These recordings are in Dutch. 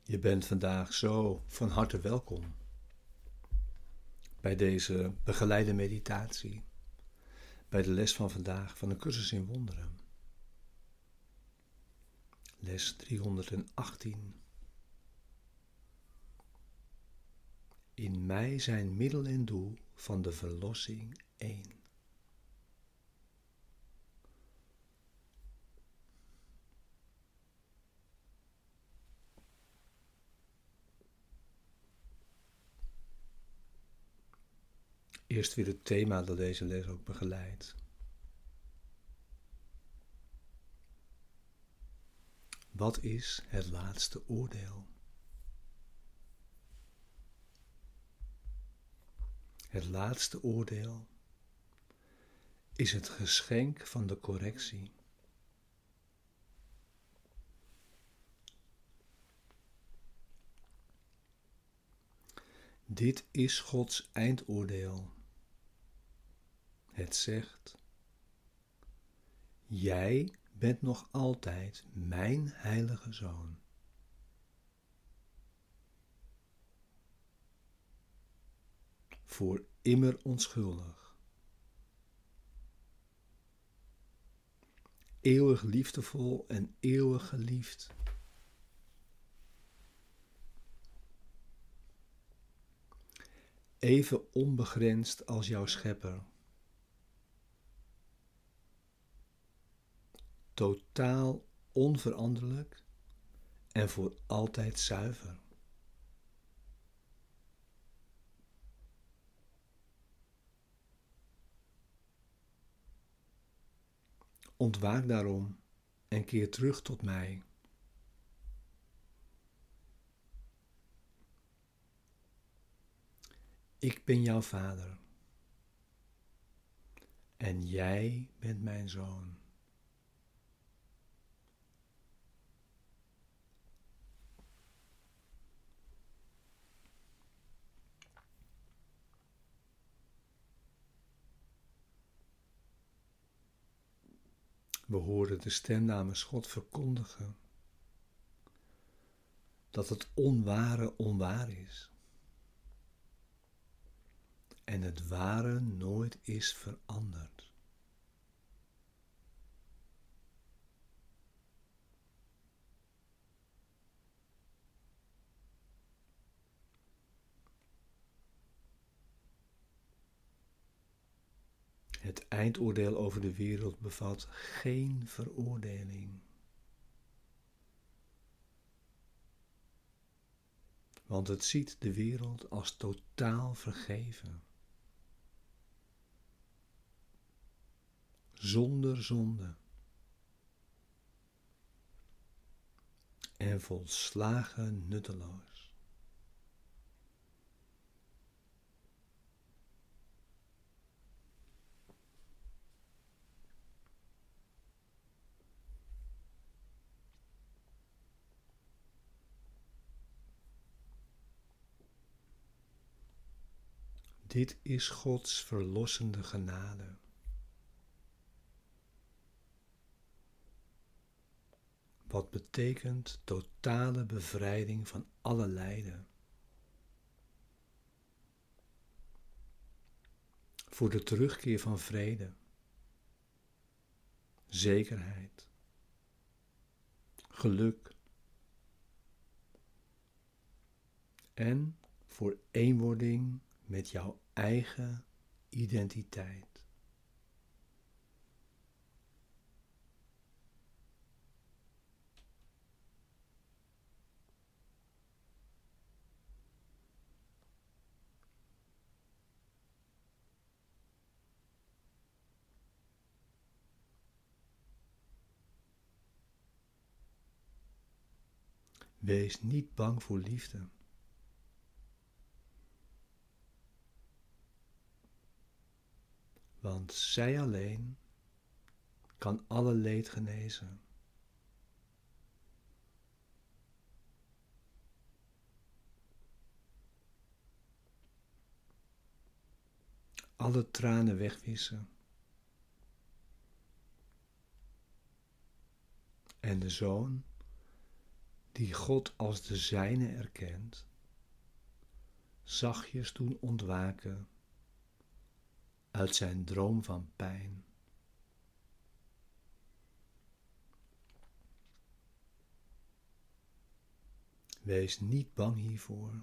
Je bent vandaag zo van harte welkom bij deze begeleide meditatie, bij de les van vandaag van de cursus in wonderen. Les 318. In mij zijn middel en doel van de verlossing één. Eerst weer het thema dat deze les ook begeleidt. Wat is het laatste oordeel? Het laatste oordeel is het geschenk van de correctie. Dit is Gods eindoordeel. Het zegt: jij bent nog altijd mijn heilige zoon. Voor immer onschuldig. Eeuwig liefdevol en eeuwig geliefd. Even onbegrensd als jouw schepper. Totaal onveranderlijk en voor altijd zuiver. Ontwaak daarom en keer terug tot mij. Ik ben jouw vader en jij bent mijn zoon. We horen de stem namens God verkondigen dat het onware onwaar is en het ware nooit is veranderd. Het eindoordeel over de wereld bevat geen veroordeling. Want het ziet de wereld als totaal vergeven. Zonder zonde. En volslagen nutteloos. Dit is Gods verlossende genade. Wat betekent totale bevrijding van alle lijden. Voor de terugkeer van vrede, zekerheid, geluk en voor eenwording met jouw eigen identiteit. Wees niet bang voor liefde. Want zij alleen kan alle leed genezen. Alle tranen wegwissen. En de zoon die God als de zijne erkent, zachtjes doen ontwaken uit zijn droom van pijn. Wees niet bang hiervoor.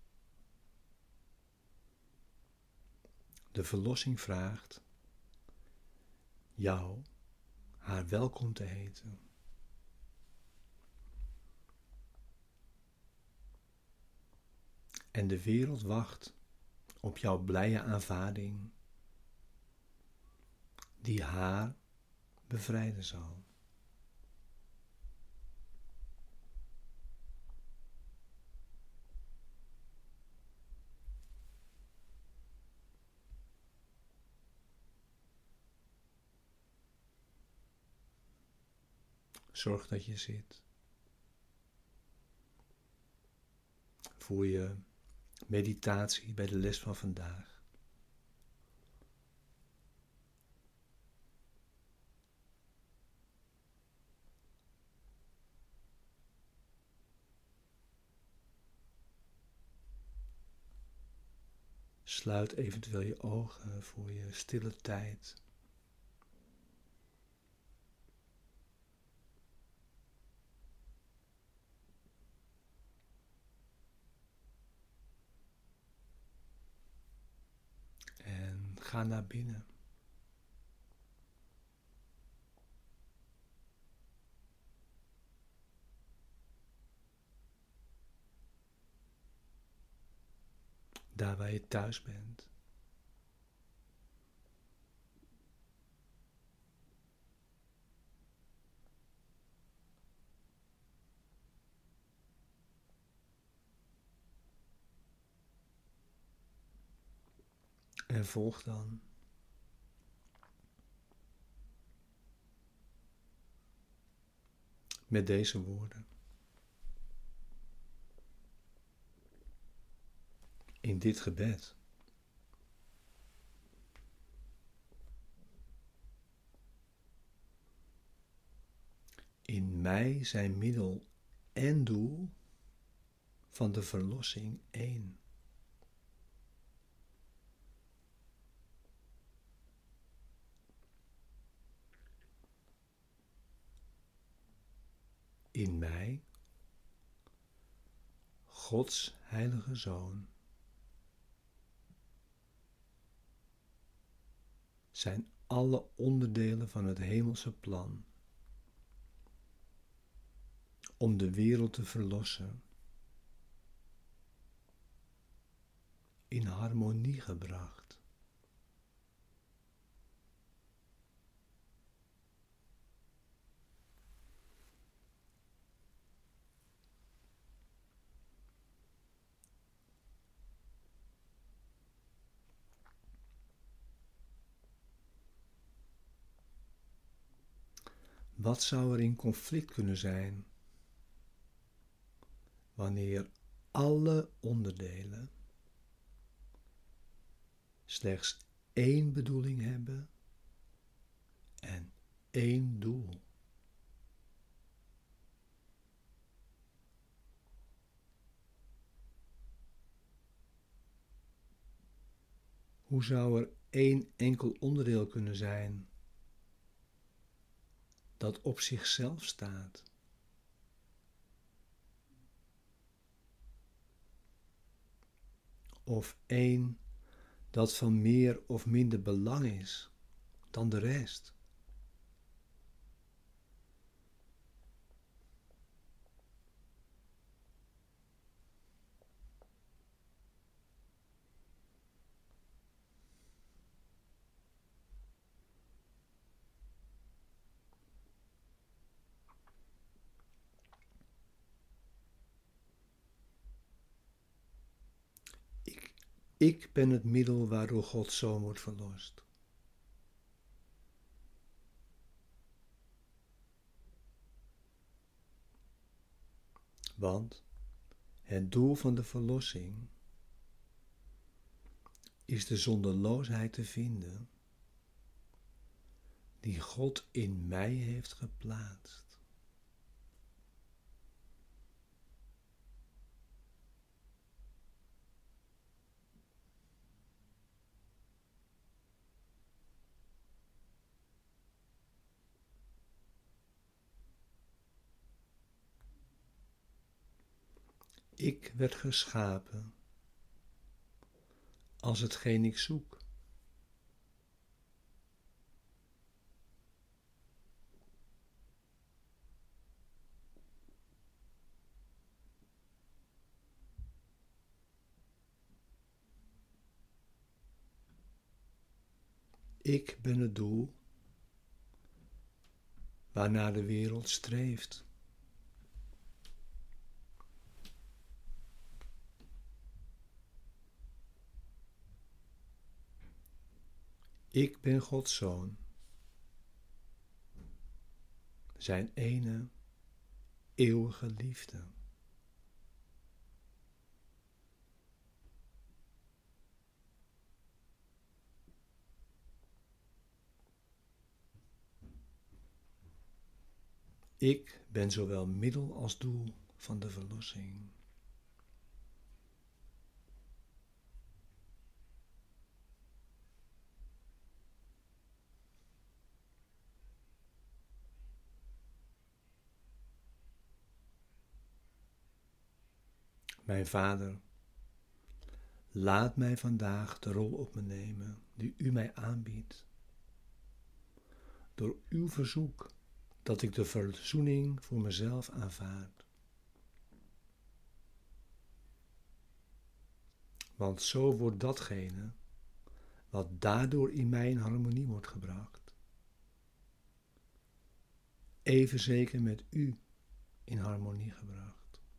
De verlossing vraagt jou haar welkom te heten. En de wereld wacht op jouw blije aanvaarding, die haar bevrijden zal. Zorg dat je zit. Voer je meditatie bij de les van vandaag. Sluit eventueel je ogen voor je stille tijd. En ga naar binnen. Daar waar je thuis bent. En volg dan met deze woorden. In dit gebed. In mij zijn middel en doel van de verlossing één. In mij, Gods heilige Zoon, zijn alle onderdelen van het hemelse plan om de wereld te verlossen in harmonie gebracht. Wat zou er in conflict kunnen zijn wanneer alle onderdelen slechts één bedoeling hebben en één doel? Hoe zou er één enkel onderdeel kunnen zijn dat op zichzelf staat? Of één dat van meer of minder belang is dan de rest? Ik ben het middel waardoor Gods Zoon wordt verlost. Want het doel van de verlossing is de zonderloosheid te vinden die God in mij heeft geplaatst. Ik werd geschapen als hetgeen ik zoek. Ik ben het doel waarnaar de wereld streeft. Ik ben Gods zoon, zijn ene eeuwige liefde. Ik ben zowel middel als doel van de verlossing. Mijn Vader, laat mij vandaag de rol op me nemen die u mij aanbiedt. Door uw verzoek dat ik de verzoening voor mezelf aanvaard. Want zo wordt datgene wat daardoor in mij in harmonie wordt gebracht, even zeker met u in harmonie gebracht.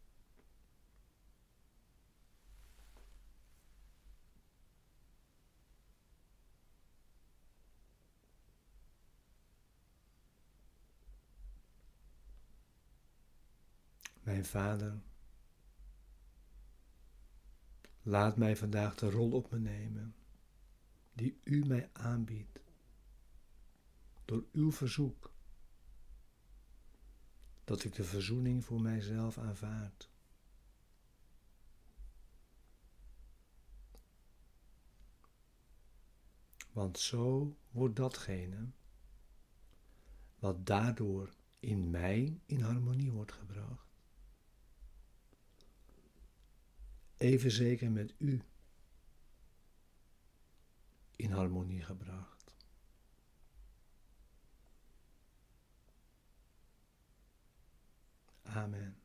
Mijn Vader, laat mij vandaag de rol op me nemen die u mij aanbiedt, door uw verzoek dat ik de verzoening voor mijzelf aanvaard. Want zo wordt datgene wat daardoor in mij in harmonie wordt gebracht, even zeker met u in harmonie gebracht. Amen.